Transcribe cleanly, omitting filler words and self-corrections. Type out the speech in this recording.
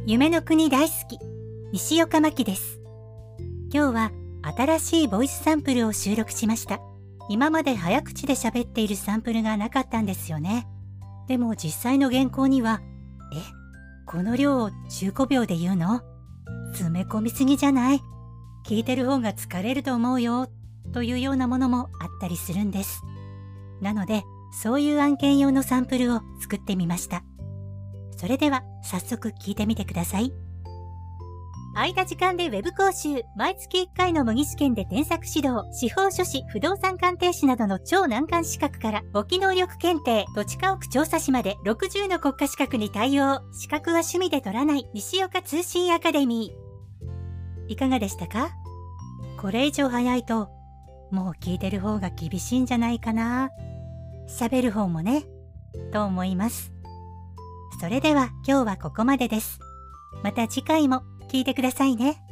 夢の国大好き、西岡真希です。今日は新しいボイスサンプルを収録しました。今まで早口で喋っているサンプルがなかったんですよね。でも実際の原稿には、この量を15秒で言うの？詰め込みすぎじゃない？聞いてる方が疲れると思うよ、というようなものもあったりするんです。なので、そういう案件用のサンプルを作ってみました。それでは早速聞いてみてください。空いた時間でウェブ講習、毎月1回の模擬試験で添削指導、司法書士、不動産鑑定士などの超難関資格から簿記能力検定、土地家屋調査士まで60の国家資格に対応。資格は趣味で取らない西岡通信アカデミー。いかがでしたか？これ以上早いともう聞いてる方が厳しいんじゃないかな。喋る方もね、と思います。それでは今日はここまでです。また次回も聞いてくださいね。